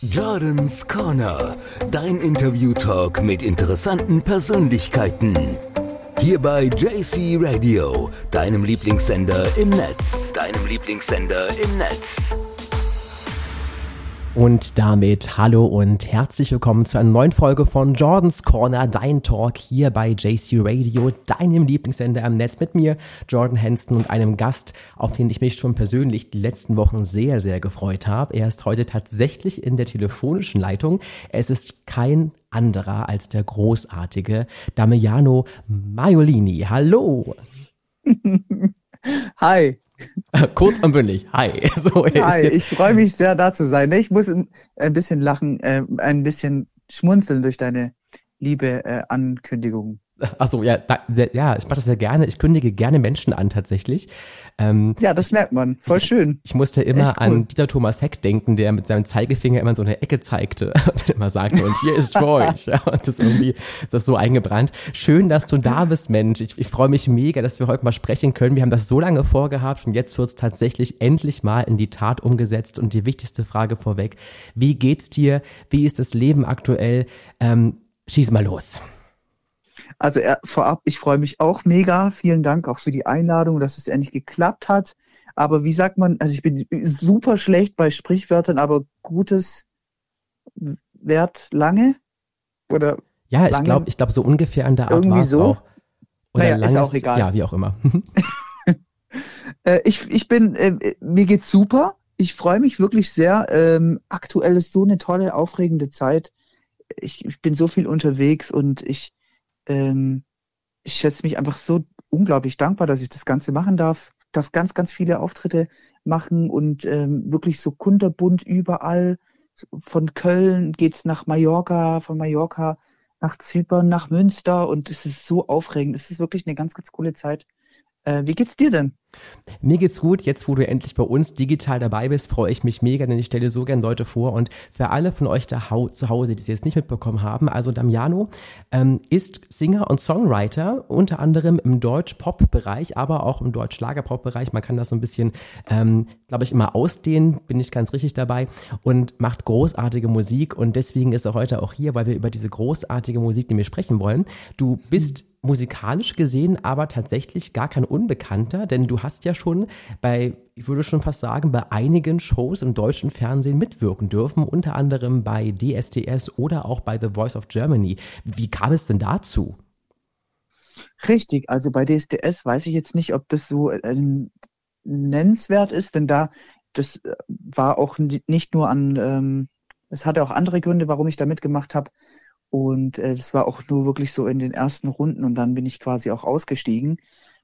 Jordans Corner, dein Interview-Talk mit interessanten Persönlichkeiten. Hier bei JC Radio, deinem Lieblingssender im Netz. Und damit hallo und herzlich willkommen zu einer neuen Folge von Jordans Corner, dein Talk hier bei JC Radio, deinem Lieblingssender im Netz mit mir, Jordan Hansen, und einem Gast, auf den ich mich schon persönlich die letzten Wochen sehr, sehr gefreut habe. Er ist heute tatsächlich in der telefonischen Leitung. Es ist kein anderer als der großartige Damiano Maiolini. Hallo! Hi. Kurz und bündig. Hi. So, Hi, ich freue mich sehr, da zu sein. Ich muss ein bisschen lachen, ein bisschen schmunzeln durch deine liebe Ankündigung. Achso, ja, ich mache das sehr gerne. Ich kündige gerne Menschen an, tatsächlich. Ja, das merkt man. Voll schön. Ich musste immer Echt cool. an Dieter Thomas Heck denken, der mit seinem Zeigefinger immer in so eine Ecke zeigte und immer sagte, und hier ist für euch. Ja, und das ist so eingebrannt. Schön, dass du da bist, Mensch. Ich freue mich mega, dass wir heute mal sprechen können. Wir haben das so lange vorgehabt und jetzt wird es tatsächlich endlich mal in die Tat umgesetzt. Und die wichtigste Frage vorweg: Wie geht's dir? Wie ist das Leben aktuell? Schieß mal los. Also vorab, ich freue mich auch mega. Vielen Dank auch für die Einladung, dass es endlich geklappt hat. Aber wie sagt man, also ich bin super schlecht bei Sprichwörtern, aber Gutes währt lange? Oder ja, lange? ich glaube, so ungefähr an der Art Irgendwie war es so? auch. Oder Naja, ist langes, auch egal. Ja, wie auch immer. Mir geht's super. Ich freue mich wirklich sehr. Aktuell ist so eine tolle, aufregende Zeit. Ich bin so viel unterwegs und ich schätze mich einfach so unglaublich dankbar, dass ich das Ganze machen darf. Darf ganz, ganz viele Auftritte machen und wirklich so kunterbunt überall. Von Köln geht's nach Mallorca, von Mallorca nach Zypern, nach Münster, und es ist so aufregend. Es ist wirklich eine ganz, ganz coole Zeit. Wie geht's dir denn? Mir geht's gut. Jetzt, wo du endlich bei uns digital dabei bist, freue ich mich mega, denn ich stelle so gern Leute vor. Und für alle von euch zu Hause, die es jetzt nicht mitbekommen haben, also Damiano ist Singer und Songwriter, unter anderem im Deutsch-Pop-Bereich, aber auch im Deutsch-Schlager-Pop-Bereich. Man kann das so ein bisschen, glaube ich, immer ausdehnen, bin ich ganz richtig dabei, und macht großartige Musik. Und deswegen ist er heute auch hier, weil wir über diese großartige Musik, die wir sprechen wollen. Du bist musikalisch gesehen aber tatsächlich gar kein Unbekannter, denn du hast ja schon ich würde schon fast sagen, bei einigen Shows im deutschen Fernsehen mitwirken dürfen, unter anderem bei DSDS oder auch bei The Voice of Germany. Wie kam es denn dazu? Richtig, also bei DSDS weiß ich jetzt nicht, ob das so nennenswert ist, denn das war auch nicht nur es hatte auch andere Gründe, warum ich da mitgemacht habe. Und das war auch nur wirklich so in den ersten Runden, und dann bin ich quasi auch ausgestiegen.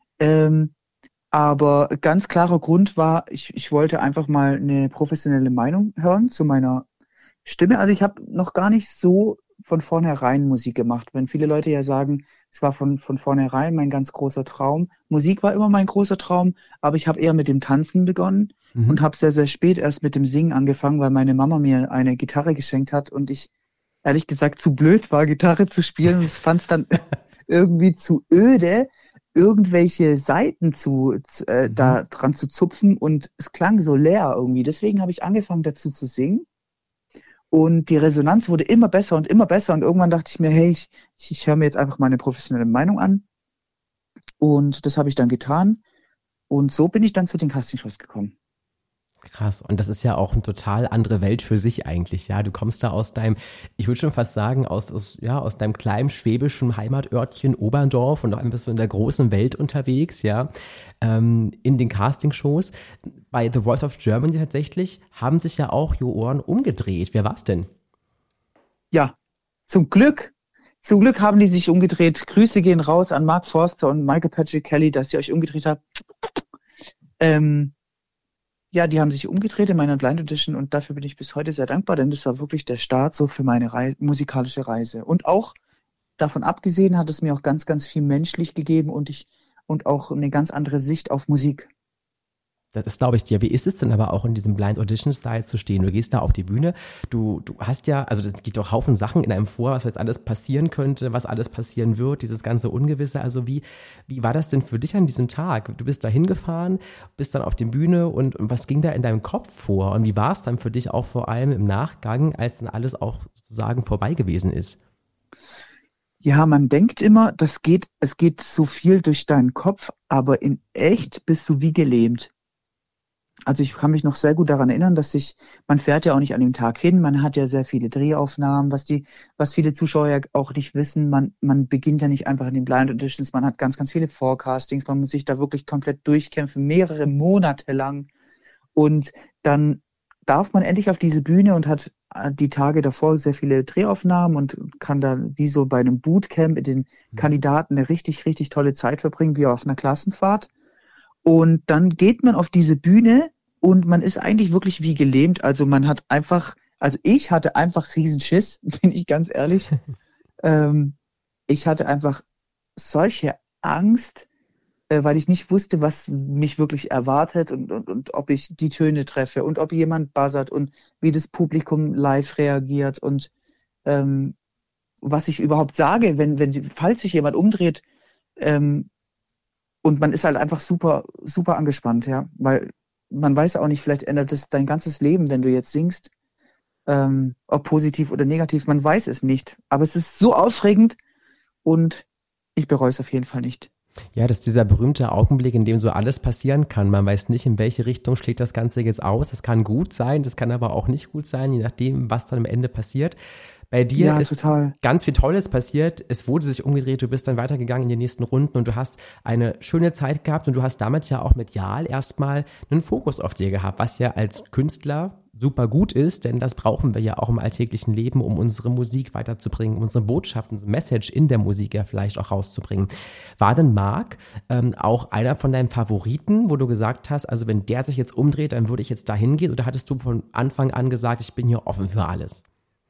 Aber ganz klarer Grund war, ich wollte einfach mal eine professionelle Meinung hören zu meiner Stimme. Also ich habe noch gar nicht so von vornherein Musik gemacht. Wenn viele Leute ja sagen, es war von vornherein mein ganz großer Traum. Musik war immer mein großer Traum, aber ich habe eher mit dem Tanzen begonnen und habe sehr, sehr spät erst mit dem Singen angefangen, weil meine Mama mir eine Gitarre geschenkt hat und ich ehrlich gesagt zu blöd war, Gitarre zu spielen, und ich fand es dann irgendwie zu öde, irgendwelche Saiten da dran zu zupfen, und es klang so leer irgendwie. Deswegen habe ich angefangen dazu zu singen, und die Resonanz wurde immer besser und irgendwann dachte ich mir, hey, ich höre mir jetzt einfach meine professionelle Meinung an, und das habe ich dann getan, und so bin ich dann zu den Castingshows gekommen. Krass. Und das ist ja auch eine total andere Welt für sich eigentlich, ja. Du kommst da aus ich würde schon fast sagen, aus deinem kleinen schwäbischen Heimatörtchen Oberndorf, und dann bist du in der großen Welt unterwegs, ja, in den Castingshows. Bei The Voice of Germany tatsächlich haben sich ja auch die Ohren umgedreht. Wer war's denn? Ja, zum Glück haben die sich umgedreht. Grüße gehen raus an Mark Forster und Michael Patrick Kelly, dass ihr euch umgedreht habt. Ja, die haben sich umgedreht in meiner Blind Audition, und dafür bin ich bis heute sehr dankbar, denn das war wirklich der Start so für meine musikalische Reise. Und auch davon abgesehen hat es mir auch ganz, ganz viel menschlich gegeben, und auch eine ganz andere Sicht auf Musik. Das glaube ich dir. Wie ist es denn aber auch in diesem Blind Audition Style zu stehen? Du gehst da auf die Bühne, du hast ja, also das geht doch Haufen Sachen in einem vor, was jetzt alles passieren könnte, was alles passieren wird, dieses ganze Ungewisse. Also wie war das denn für dich an diesem Tag? Du bist da hingefahren, bist dann auf die Bühne und was ging da in deinem Kopf vor? Und wie war es dann für dich auch vor allem im Nachgang, als dann alles auch sozusagen vorbei gewesen ist? Ja, man denkt immer, es geht so viel durch deinen Kopf, aber in echt bist du wie gelähmt. Also ich kann mich noch sehr gut daran erinnern, man fährt ja auch nicht an dem Tag hin, man hat ja sehr viele Drehaufnahmen, was viele Zuschauer ja auch nicht wissen, man beginnt ja nicht einfach in den Blind Auditions, man hat ganz, ganz viele Forecastings, man muss sich da wirklich komplett durchkämpfen, mehrere Monate lang und dann darf man endlich auf diese Bühne und hat die Tage davor sehr viele Drehaufnahmen und kann da wie so bei einem Bootcamp mit den Kandidaten eine richtig, richtig tolle Zeit verbringen, wie auf einer Klassenfahrt. Und dann geht man auf diese Bühne und man ist eigentlich wirklich wie gelähmt. Also ich hatte einfach Riesenschiss, bin ich ganz ehrlich. Ich hatte einfach solche Angst, weil ich nicht wusste, was mich wirklich erwartet und ob ich die Töne treffe und ob jemand buzzert und wie das Publikum live reagiert und was ich überhaupt sage, falls sich jemand umdreht, und man ist halt einfach super, super angespannt, ja, weil man weiß auch nicht, vielleicht ändert es dein ganzes Leben, wenn du jetzt singst, ob positiv oder negativ, man weiß es nicht. Aber es ist so aufregend und ich bereue es auf jeden Fall nicht. Ja, das ist dieser berühmte Augenblick, in dem so alles passieren kann. Man weiß nicht, in welche Richtung schlägt das Ganze jetzt aus. Das kann gut sein, das kann aber auch nicht gut sein, je nachdem, was dann am Ende passiert. Bei dir ist total ganz viel Tolles passiert. Es wurde sich umgedreht, du bist dann weitergegangen in die nächsten Runden und du hast eine schöne Zeit gehabt und du hast damit ja auch medial erstmal einen Fokus auf dir gehabt, was ja als Künstler super gut ist, denn das brauchen wir ja auch im alltäglichen Leben, um unsere Musik weiterzubringen, um unsere Botschaft, unsere Message in der Musik ja vielleicht auch rauszubringen. War denn Marc auch einer von deinen Favoriten, wo du gesagt hast, also wenn der sich jetzt umdreht, dann würde ich jetzt da hingehen, oder hattest du von Anfang an gesagt, ich bin hier offen für alles?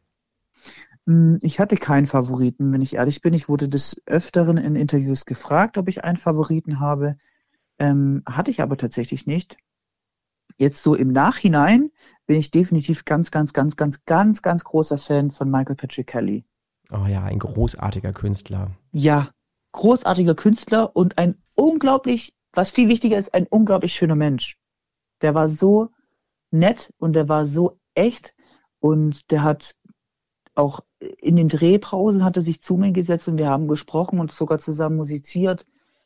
Ich hatte keinen Favoriten, wenn ich ehrlich bin. Ich wurde des Öfteren in Interviews gefragt, ob ich einen Favoriten habe. Hatte ich aber tatsächlich nicht. Jetzt so im Nachhinein bin ich definitiv ganz, ganz, ganz, ganz, ganz, ganz großer Fan von Michael Patrick Kelly. Oh ja, ein großartiger Künstler. Ja, großartiger Künstler und was viel wichtiger ist, ein unglaublich schöner Mensch. Der war so nett und der war so echt und der hat auch in den Drehpausen hat er sich zu mir gesetzt und wir haben gesprochen und sogar zusammen musiziert.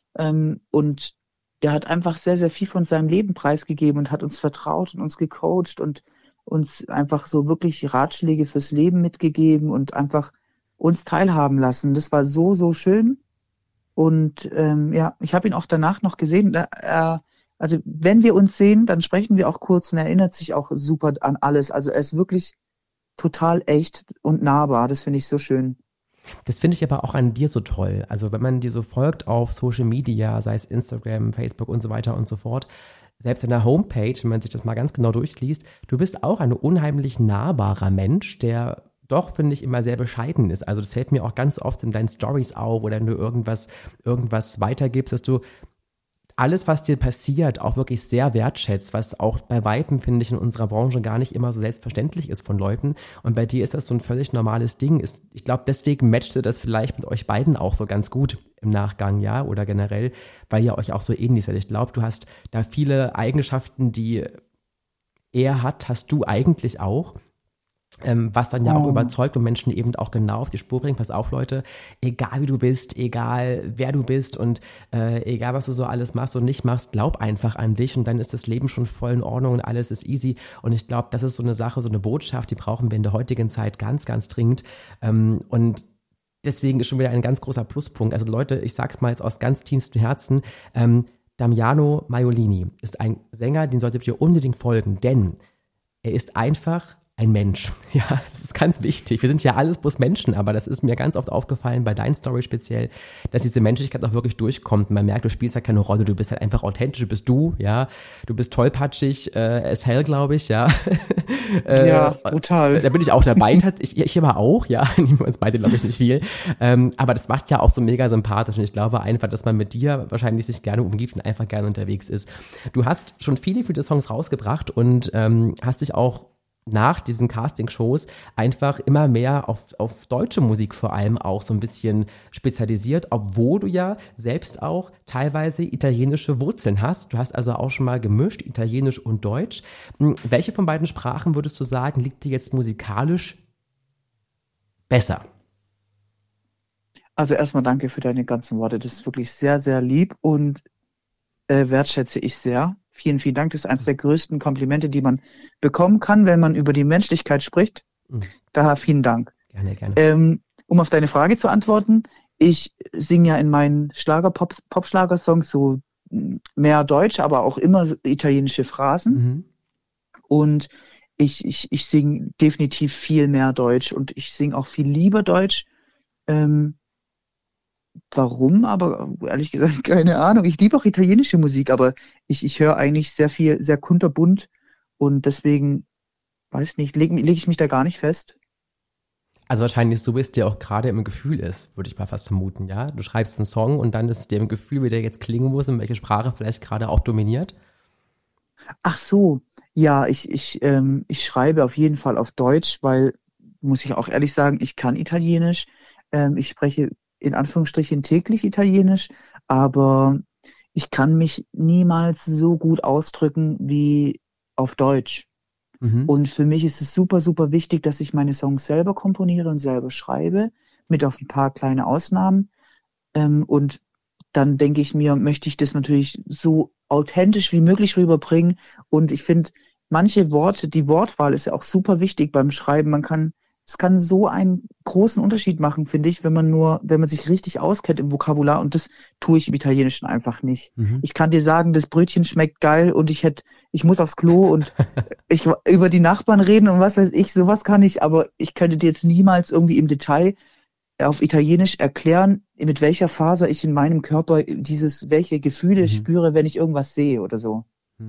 Und der hat einfach sehr, sehr viel von seinem Leben preisgegeben und hat uns vertraut und uns gecoacht und uns einfach so wirklich Ratschläge fürs Leben mitgegeben und einfach uns teilhaben lassen. Das war so, so schön. Und ich habe ihn auch danach noch gesehen. Also wenn wir uns sehen, dann sprechen wir auch kurz und er erinnert sich auch super an alles. Also er ist wirklich total echt und nahbar. Das finde ich so schön. Das finde ich aber auch an dir so toll. Also wenn man dir so folgt auf Social Media, sei es Instagram, Facebook und so weiter und so fort, selbst in der Homepage, wenn man sich das mal ganz genau durchliest, du bist auch ein unheimlich nahbarer Mensch, der doch, finde ich, immer sehr bescheiden ist. Also das fällt mir auch ganz oft in deinen Stories auf oder wenn du irgendwas weitergibst, dass du alles, was dir passiert, auch wirklich sehr wertschätzt, was auch bei Weitem, finde ich, in unserer Branche gar nicht immer so selbstverständlich ist von Leuten. Und bei dir ist das so ein völlig normales Ding. Ich glaube, deswegen matchte das vielleicht mit euch beiden auch so ganz gut im Nachgang, ja, oder generell, weil ihr euch auch so ähnlich seid. Ich glaube, du hast da viele Eigenschaften, die er hat, hast du eigentlich auch. Was dann ja auch überzeugt und Menschen eben auch genau auf die Spur bringt. Pass auf, Leute, egal wie du bist, egal wer du bist und egal was du so alles machst und nicht machst, glaub einfach an dich und dann ist das Leben schon voll in Ordnung und alles ist easy. Und ich glaube, das ist so eine Sache, so eine Botschaft, die brauchen wir in der heutigen Zeit ganz, ganz dringend. Und deswegen ist schon wieder ein ganz großer Pluspunkt. Also Leute, ich sag's mal jetzt aus ganz tiefstem Herzen, Damiano Maiolini ist ein Sänger, den solltet ihr unbedingt folgen, denn er ist einfach ein Mensch. Ja, das ist ganz wichtig. Wir sind ja alles bloß Menschen, aber das ist mir ganz oft aufgefallen, bei deinen Story speziell, dass diese Menschlichkeit auch wirklich durchkommt. Man merkt, du spielst ja keine Rolle, du bist halt einfach authentisch, du bist du, ja. Du bist tollpatschig, as hell, glaube ich, ja. Ja, brutal. Da bin ich auch dabei, ich aber auch, ja. Nehmen wir uns beide, glaube ich, nicht viel. Aber das macht ja auch so mega sympathisch und ich glaube einfach, dass man mit dir wahrscheinlich sich gerne umgibt und einfach gerne unterwegs ist. Du hast schon viele Songs rausgebracht und hast dich auch nach diesen Casting-Shows einfach immer mehr auf deutsche Musik vor allem auch so ein bisschen spezialisiert, obwohl du ja selbst auch teilweise italienische Wurzeln hast. Du hast also auch schon mal gemischt, Italienisch und Deutsch. Welche von beiden Sprachen würdest du sagen, liegt dir jetzt musikalisch besser? Also erstmal danke für deine ganzen Worte. Das ist wirklich sehr, sehr lieb und wertschätze ich sehr. Vielen, vielen Dank. Das ist eines der größten Komplimente, die man bekommen kann, wenn man über die Menschlichkeit spricht. Daher vielen Dank. Gerne, gerne. Um auf deine Frage zu antworten, ich singe ja in meinen Pop-Schlager-Songs so mehr Deutsch, aber auch immer italienische Phrasen. Und ich singe definitiv viel mehr Deutsch und ich singe auch viel lieber Deutsch. Warum? Aber ehrlich gesagt, keine Ahnung. Ich liebe auch italienische Musik, aber ich höre eigentlich sehr viel, sehr kunterbunt und deswegen, weiß nicht, leg ich mich da gar nicht fest. Also wahrscheinlich so, wie es dir auch gerade im Gefühl ist, würde ich mal fast vermuten, ja? Du schreibst einen Song und dann ist dir im Gefühl, wie der jetzt klingen muss und welche Sprache vielleicht gerade auch dominiert. Ach so, ja, ich schreibe auf jeden Fall auf Deutsch, weil, muss ich auch ehrlich sagen, ich kann Italienisch. Ich spreche in Anführungsstrichen täglich Italienisch, aber ich kann mich niemals so gut ausdrücken wie auf Deutsch. Und für mich ist es super, super wichtig, dass ich meine Songs selber komponiere und selber schreibe, mit auf ein paar kleine Ausnahmen. Und dann denke ich mir, möchte ich das natürlich so authentisch wie möglich rüberbringen. Und ich finde, manche Worte, die Wortwahl ist ja auch super wichtig beim Schreiben. Es kann so einen großen Unterschied machen, finde ich, wenn man sich richtig auskennt im Vokabular und das tue ich im Italienischen einfach nicht. Ich kann dir sagen, das Brötchen schmeckt geil und ich muss aufs Klo und ich über die Nachbarn reden und was weiß ich, sowas kann ich, aber ich könnte dir jetzt niemals irgendwie im Detail auf Italienisch erklären, mit welcher Faser ich in meinem Körper welche Gefühle spüre, wenn ich irgendwas sehe oder so.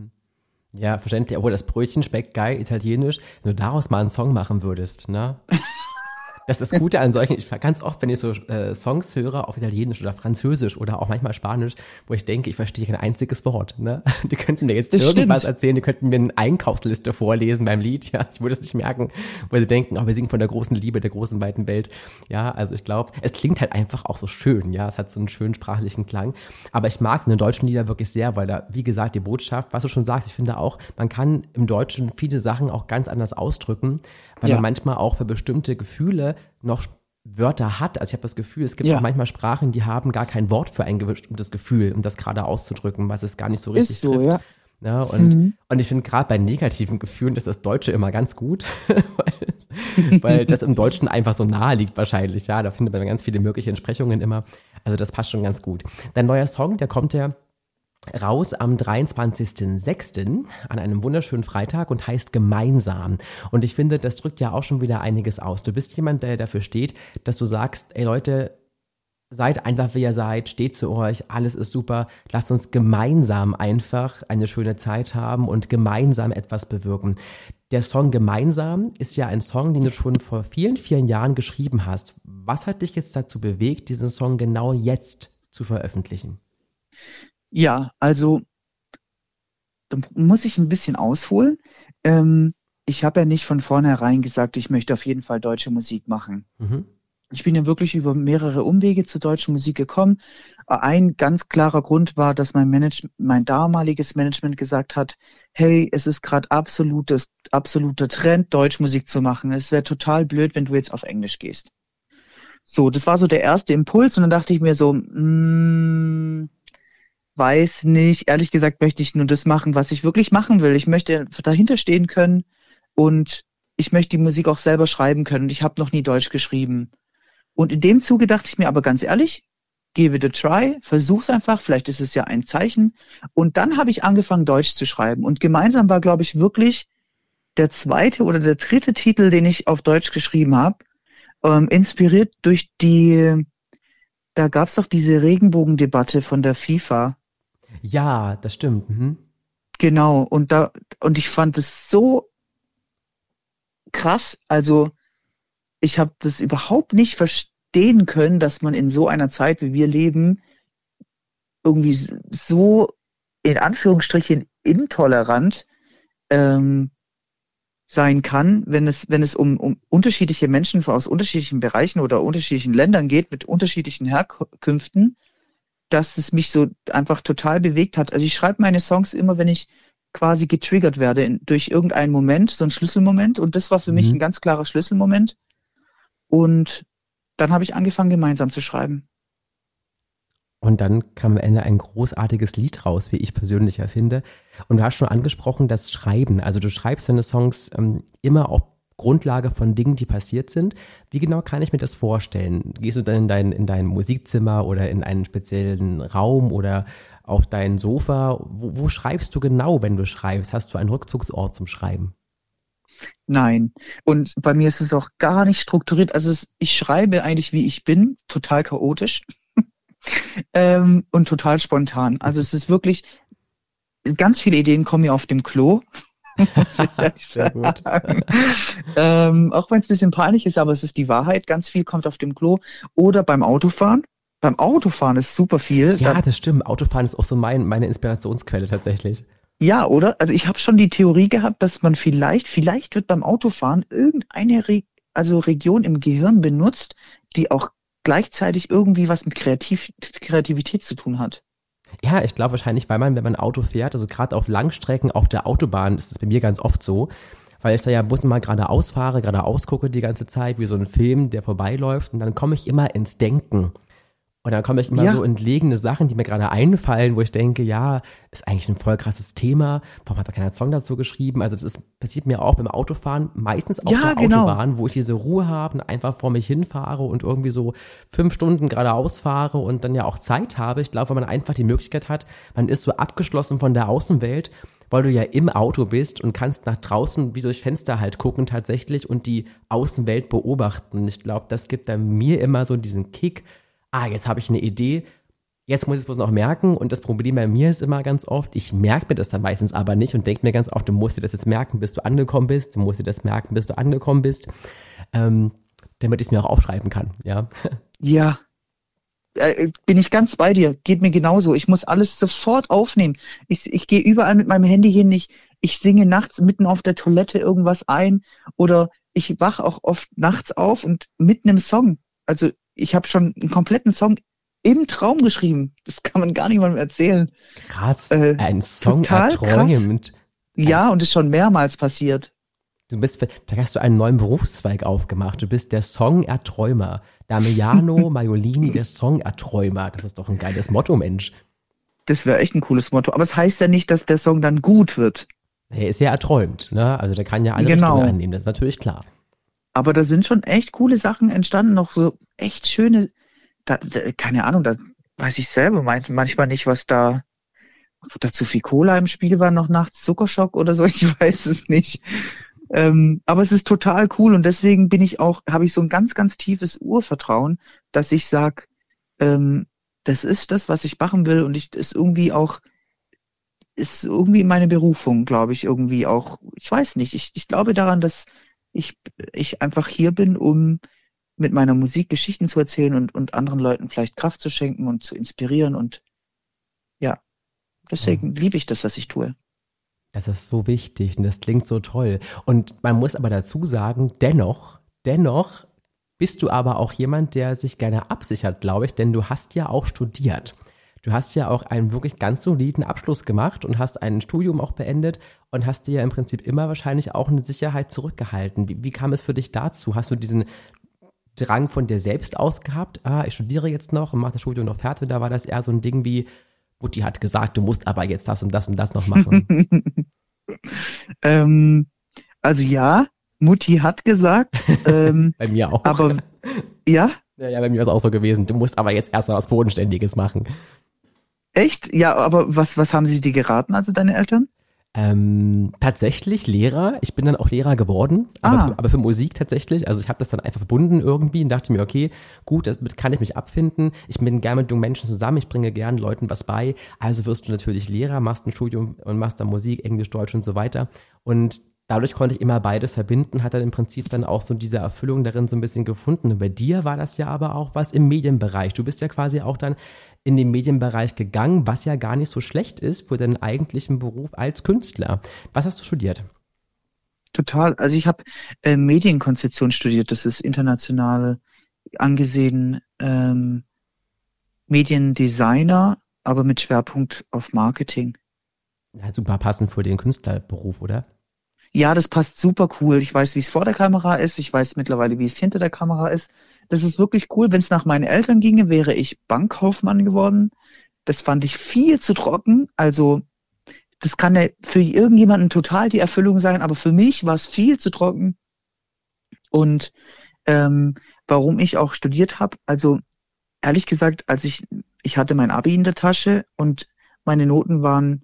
Ja, verständlich, obwohl das Brötchen schmeckt geil, italienisch, wenn du daraus mal einen Song machen würdest, ne? Das ist das Gute an solchen, ganz oft, wenn ich so Songs höre auf Italienisch oder Französisch oder auch manchmal Spanisch, wo ich denke, ich verstehe kein einziges Wort, ne? Die könnten mir jetzt irgendwas erzählen, die könnten mir eine Einkaufsliste vorlesen beim Lied, ja, ich würde es nicht merken, weil sie denken, wir singen von der großen Liebe, der großen weiten Welt, ja, also ich glaube, es klingt halt einfach auch so schön, ja, es hat so einen schönen sprachlichen Klang, aber ich mag den deutschen Lieder wirklich sehr, weil da, wie gesagt, die Botschaft, was du schon sagst, ich finde auch, man kann im Deutschen viele Sachen auch ganz anders ausdrücken, weil man manchmal auch für bestimmte Gefühle noch Wörter hat. Also ich habe das Gefühl, es gibt auch manchmal Sprachen, die haben gar kein Wort für ein bestimmtes Gefühl, um das gerade auszudrücken, was es gar nicht so richtig trifft. Ja. Ja, und ich finde gerade bei negativen Gefühlen ist das Deutsche immer ganz gut, weil das im Deutschen einfach so nahe liegt wahrscheinlich. Ja, da findet man ganz viele mögliche Entsprechungen immer. Also das passt schon ganz gut. Dein neuer Song, der kommt ja raus am 23.06. an einem wunderschönen Freitag und heißt Gemeinsam. Und ich finde, das drückt ja auch schon wieder einiges aus. Du bist jemand, der dafür steht, dass du sagst, ey Leute, seid einfach, wie ihr seid, steht zu euch, alles ist super, lasst uns gemeinsam einfach eine schöne Zeit haben und gemeinsam etwas bewirken. Der Song Gemeinsam ist ja ein Song, den du schon vor vielen, vielen Jahren geschrieben hast. Was hat dich jetzt dazu bewegt, diesen Song genau jetzt zu veröffentlichen? Ja, also da muss ich ein bisschen ausholen. Ich habe ja nicht von vornherein gesagt, ich möchte auf jeden Fall deutsche Musik machen. Ich bin ja wirklich über mehrere Umwege zur deutschen Musik gekommen. Ein ganz klarer Grund war, dass mein damaliges Management gesagt hat, hey, es ist gerade absoluter Trend, Deutschmusik zu machen. Es wäre total blöd, wenn du jetzt auf Englisch gehst. So, das war so der erste Impuls und dann dachte ich mir so, weiß nicht, ehrlich gesagt möchte ich nur das machen, was ich wirklich machen will. Ich möchte dahinter stehen können und ich möchte die Musik auch selber schreiben können. Ich habe noch nie Deutsch geschrieben. Und in dem Zuge dachte ich mir aber ganz ehrlich, give it a try, versuch's einfach, vielleicht ist es ja ein Zeichen. Und dann habe ich angefangen, Deutsch zu schreiben. Und gemeinsam war, glaube ich, wirklich der zweite oder der dritte Titel, den ich auf Deutsch geschrieben habe, inspiriert durch da gab es doch diese Regenbogendebatte von der FIFA. Ja, das stimmt. Mhm. Genau, und ich fand es so krass, also ich habe das überhaupt nicht verstehen können, dass man in so einer Zeit, wie wir leben, irgendwie so in Anführungsstrichen intolerant sein kann, wenn es um unterschiedliche Menschen aus unterschiedlichen Bereichen oder unterschiedlichen Ländern geht, mit unterschiedlichen Herkünften, dass es mich so einfach total bewegt hat. Also ich schreibe meine Songs immer, wenn ich quasi getriggert werde durch irgendeinen Moment, so ein Schlüsselmoment. Und das war für mich ein ganz klarer Schlüsselmoment. Und dann habe ich angefangen, gemeinsam zu schreiben. Und dann kam am Ende ein großartiges Lied raus, wie ich persönlich finde. Und du hast schon angesprochen, das Schreiben. Also du schreibst deine Songs immer auf Grundlage von Dingen, die passiert sind. Wie genau kann ich mir das vorstellen? Gehst du dann in dein Musikzimmer oder in einen speziellen Raum oder auf dein Sofa? Wo schreibst du genau, wenn du schreibst? Hast du einen Rückzugsort zum Schreiben? Nein. Und bei mir ist es auch gar nicht strukturiert. Also ich schreibe eigentlich, wie ich bin, total chaotisch. Und total spontan. Also es ist wirklich, ganz viele Ideen kommen mir auf dem Klo. Sehr gut. Auch wenn es ein bisschen peinlich ist, aber es ist die Wahrheit. Ganz viel kommt auf dem Klo oder beim Autofahren. Beim Autofahren ist super viel. Ja, das stimmt. Autofahren ist auch so meine Inspirationsquelle tatsächlich. Ja, oder? Also ich habe schon die Theorie gehabt, dass man vielleicht wird beim Autofahren irgendeine Region im Gehirn benutzt, die auch gleichzeitig irgendwie was mit Kreativität zu tun hat. Ja, ich glaube wahrscheinlich, weil wenn man Auto fährt, also gerade auf Langstrecken auf der Autobahn ist es bei mir ganz oft so, weil ich da ja bloß mal geradeaus fahre, geradeaus gucke die ganze Zeit, wie so ein Film, der vorbeiläuft und dann komme ich immer ins Denken. Und dann komme ich immer so entlegene Sachen, die mir gerade einfallen, wo ich denke, ja, ist eigentlich ein voll krasses Thema. Warum hat da keiner Song dazu geschrieben? Also das passiert mir auch beim Autofahren, meistens auf der Autobahn, wo ich diese Ruhe habe und einfach vor mich hinfahre und irgendwie so 5 Stunden geradeaus fahre und dann ja auch Zeit habe. Ich glaube, weil man einfach die Möglichkeit hat, man ist so abgeschlossen von der Außenwelt, weil du ja im Auto bist und kannst nach draußen wie durch Fenster halt gucken tatsächlich und die Außenwelt beobachten. Ich glaube, das gibt dann mir immer so diesen Kick, jetzt habe ich eine Idee, jetzt muss ich es bloß noch merken und das Problem bei mir ist immer ganz oft, ich merke mir das dann meistens aber nicht und denke mir ganz oft, du musst dir das jetzt merken, bis du angekommen bist, du musst dir das merken, bis du angekommen bist, damit ich es mir auch aufschreiben kann, ja. Ja, bin ich ganz bei dir, geht mir genauso, ich muss alles sofort aufnehmen, ich gehe überall mit meinem Handy hin, ich singe nachts mitten auf der Toilette irgendwas ein oder ich wache auch oft nachts auf und mitten im Song, also ich habe schon einen kompletten Song im Traum geschrieben. Das kann man gar niemandem erzählen. Krass, ein Song erträumt. Ja, und ist schon mehrmals passiert. Vielleicht hast du einen neuen Berufszweig aufgemacht. Du bist der Song-Erträumer. Damiano Maiolini, der Song-Erträumer. Das ist doch ein geiles Motto, Mensch. Das wäre echt ein cooles Motto. Aber es heißt ja nicht, dass der Song dann gut wird. Er ist ja erträumt, ne? Also der kann ja alle Richtungen annehmen, das ist natürlich klar. Aber da sind schon echt coole Sachen entstanden, noch so echt schöne, keine Ahnung, da weiß ich selber manchmal nicht, was da zu viel Cola im Spiel war, noch nachts Zuckerschock oder so, ich weiß es nicht. Aber es ist total cool und deswegen habe ich so ein ganz, ganz tiefes Urvertrauen, dass ich sage, das ist das, was ich machen will und ist irgendwie meine Berufung, glaube ich, irgendwie auch, ich weiß nicht, ich glaube daran, dass ich einfach hier bin, um mit meiner Musik Geschichten zu erzählen und anderen Leuten vielleicht Kraft zu schenken und zu inspirieren und ja, deswegen liebe ich das, was ich tue. Das ist so wichtig und das klingt so toll. Und man muss aber dazu sagen, dennoch bist du aber auch jemand, der sich gerne absichert, glaube ich, denn du hast ja auch studiert. Du hast ja auch einen wirklich ganz soliden Abschluss gemacht und hast ein Studium auch beendet und hast dir ja im Prinzip immer wahrscheinlich auch eine Sicherheit zurückgehalten. Wie kam es für dich dazu? Hast du diesen Drang von dir selbst aus gehabt? Ich studiere jetzt noch und mache das Studium noch fertig. Da war das eher so ein Ding wie, Mutti hat gesagt, du musst aber jetzt das und das und das noch machen. Also ja, Mutti hat gesagt. Bei mir auch. Aber ja? Ja, bei mir war es auch so gewesen. Du musst aber jetzt erst mal was Bodenständiges machen. Echt? Ja, aber was haben sie dir geraten, also deine Eltern? Tatsächlich Lehrer. Ich bin dann auch Lehrer geworden, aber für Musik tatsächlich. Also ich habe das dann einfach verbunden irgendwie und dachte mir, okay, gut, damit kann ich mich abfinden. Ich bin gerne mit jungen Menschen zusammen, ich bringe gerne Leuten was bei. Also wirst du natürlich Lehrer, machst ein Studium und machst dann Musik, Englisch, Deutsch und so weiter. Und dadurch konnte ich immer beides verbinden, hat dann im Prinzip dann auch so diese Erfüllung darin so ein bisschen gefunden. Und bei dir war das ja aber auch was im Medienbereich. Du bist ja quasi auch dann in den Medienbereich gegangen, was ja gar nicht so schlecht ist für deinen eigentlichen Beruf als Künstler. Was hast du studiert? Total. Also ich habe Medienkonzeption studiert. Das ist international angesehen, Mediendesigner, aber mit Schwerpunkt auf Marketing. Ja, super passend für den Künstlerberuf, oder? Ja, das passt super cool. Ich weiß, wie es vor der Kamera ist. Ich weiß mittlerweile, wie es hinter der Kamera ist. Das ist wirklich cool. Wenn es nach meinen Eltern ginge, wäre ich Bankkaufmann geworden. Das fand ich viel zu trocken. Also das kann ja für irgendjemanden total die Erfüllung sein, aber für mich war es viel zu trocken. Und warum ich auch studiert habe, also ehrlich gesagt, ich hatte mein Abi in der Tasche und meine Noten waren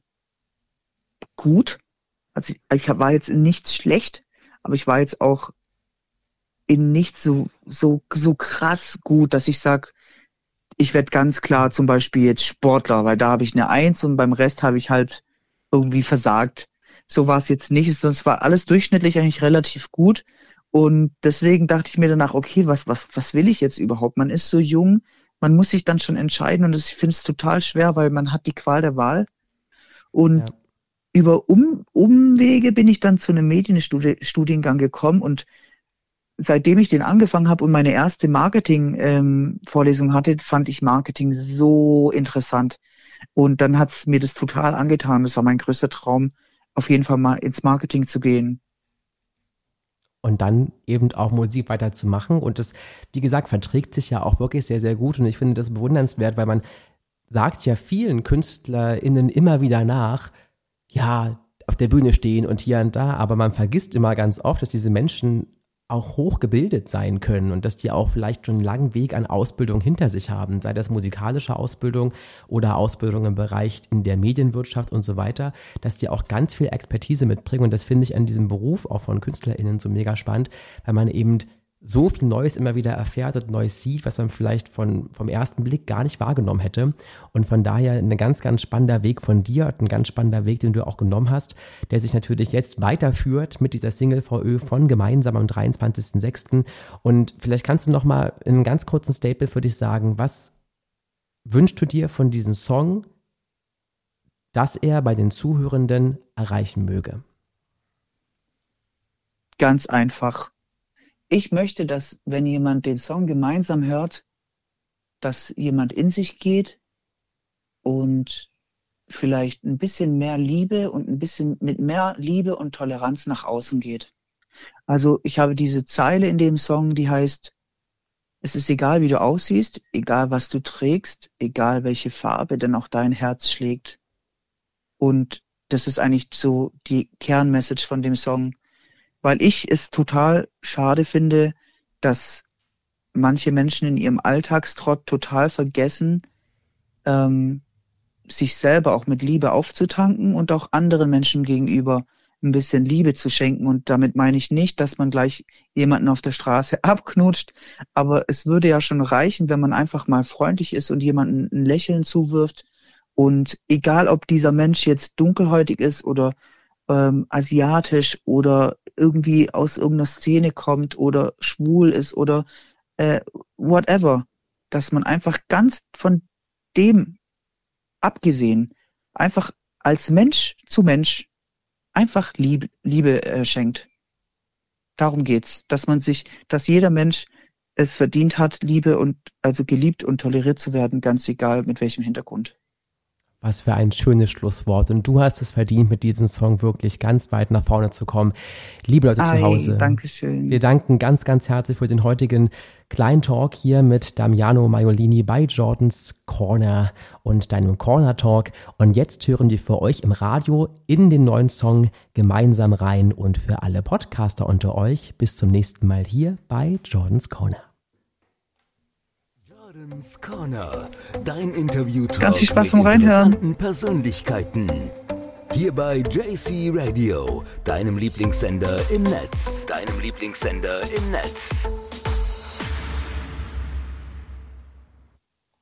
gut. Also ich war jetzt in nichts schlecht, aber ich war jetzt auch in nichts so krass gut, dass ich sag, ich werde ganz klar zum Beispiel jetzt Sportler, weil da habe ich eine 1 und beim Rest habe ich halt irgendwie versagt. So war es jetzt nicht, sonst war alles durchschnittlich eigentlich relativ gut und deswegen dachte ich mir danach, okay, was will ich jetzt überhaupt? Man ist so jung, man muss sich dann schon entscheiden und ich finde es total schwer, weil man hat die Qual der Wahl und über Umwege bin ich dann zu einem Medienstudiengang gekommen und seitdem ich den angefangen habe und meine erste Marketing-Vorlesung hatte, fand ich Marketing so interessant. Und dann hat es mir das total angetan. Das war mein größter Traum, auf jeden Fall mal ins Marketing zu gehen. Und dann eben auch Musik weiterzumachen. Und das, wie gesagt, verträgt sich ja auch wirklich sehr, sehr gut. Und ich finde das bewundernswert, weil man sagt ja vielen KünstlerInnen immer wieder nach, ja, auf der Bühne stehen und hier und da, aber man vergisst immer ganz oft, dass diese Menschen auch hochgebildet sein können und dass die auch vielleicht schon einen langen Weg an Ausbildung hinter sich haben, sei das musikalische Ausbildung oder Ausbildung im Bereich in der Medienwirtschaft und so weiter, dass die auch ganz viel Expertise mitbringen und das finde ich an diesem Beruf auch von KünstlerInnen so mega spannend, weil man eben so viel Neues immer wieder erfährt und Neues sieht, was man vielleicht vom ersten Blick gar nicht wahrgenommen hätte. Und von daher ein ganz, ganz spannender Weg von dir und ein ganz spannender Weg, den du auch genommen hast, der sich natürlich jetzt weiterführt mit dieser Single VÖ von Gemeinsam am 23.06. Und vielleicht kannst du noch mal in einem ganz kurzen Statement für dich sagen, was wünschst du dir von diesem Song, dass er bei den Zuhörenden erreichen möge? Ganz einfach. Ich möchte, dass, wenn jemand den Song gemeinsam hört, dass jemand in sich geht und vielleicht ein bisschen mehr Liebe und ein bisschen mit mehr Liebe und Toleranz nach außen geht. Also ich habe diese Zeile in dem Song, die heißt, es ist egal, wie du aussiehst, egal, was du trägst, egal, welche Farbe denn auch dein Herz schlägt. Und das ist eigentlich so die Kernmessage von dem Song. Weil ich es total schade finde, dass manche Menschen in ihrem Alltagstrott total vergessen, sich selber auch mit Liebe aufzutanken und auch anderen Menschen gegenüber ein bisschen Liebe zu schenken. Und damit meine ich nicht, dass man gleich jemanden auf der Straße abknutscht, aber es würde ja schon reichen, wenn man einfach mal freundlich ist und jemanden ein Lächeln zuwirft. Und egal, ob dieser Mensch jetzt dunkelhäutig ist oder asiatisch oder irgendwie aus irgendeiner Szene kommt oder schwul ist oder whatever, dass man einfach ganz von dem abgesehen einfach als Mensch zu Mensch einfach Liebe schenkt. Darum geht's, dass jeder Mensch es verdient hat, Liebe und also geliebt und toleriert zu werden, ganz egal mit welchem Hintergrund. Was für ein schönes Schlusswort. Und du hast es verdient, mit diesem Song wirklich ganz weit nach vorne zu kommen. Liebe Leute zu Hause, Dankeschön. Wir danken ganz, ganz herzlich für den heutigen kleinen Talk hier mit Damiano Maiolini bei Jordans Corner und deinem Corner Talk. Und jetzt hören wir für euch im Radio in den neuen Song gemeinsam rein. Und für alle Podcaster unter euch, bis zum nächsten Mal hier bei Jordans Corner. Jordans Corner, dein Interview-Talk Ganz viel Spaß mit zum Reinhören. interessanten Persönlichkeiten. Hier bei JC Radio, deinem Lieblingssender im Netz. Deinem Lieblingssender im Netz.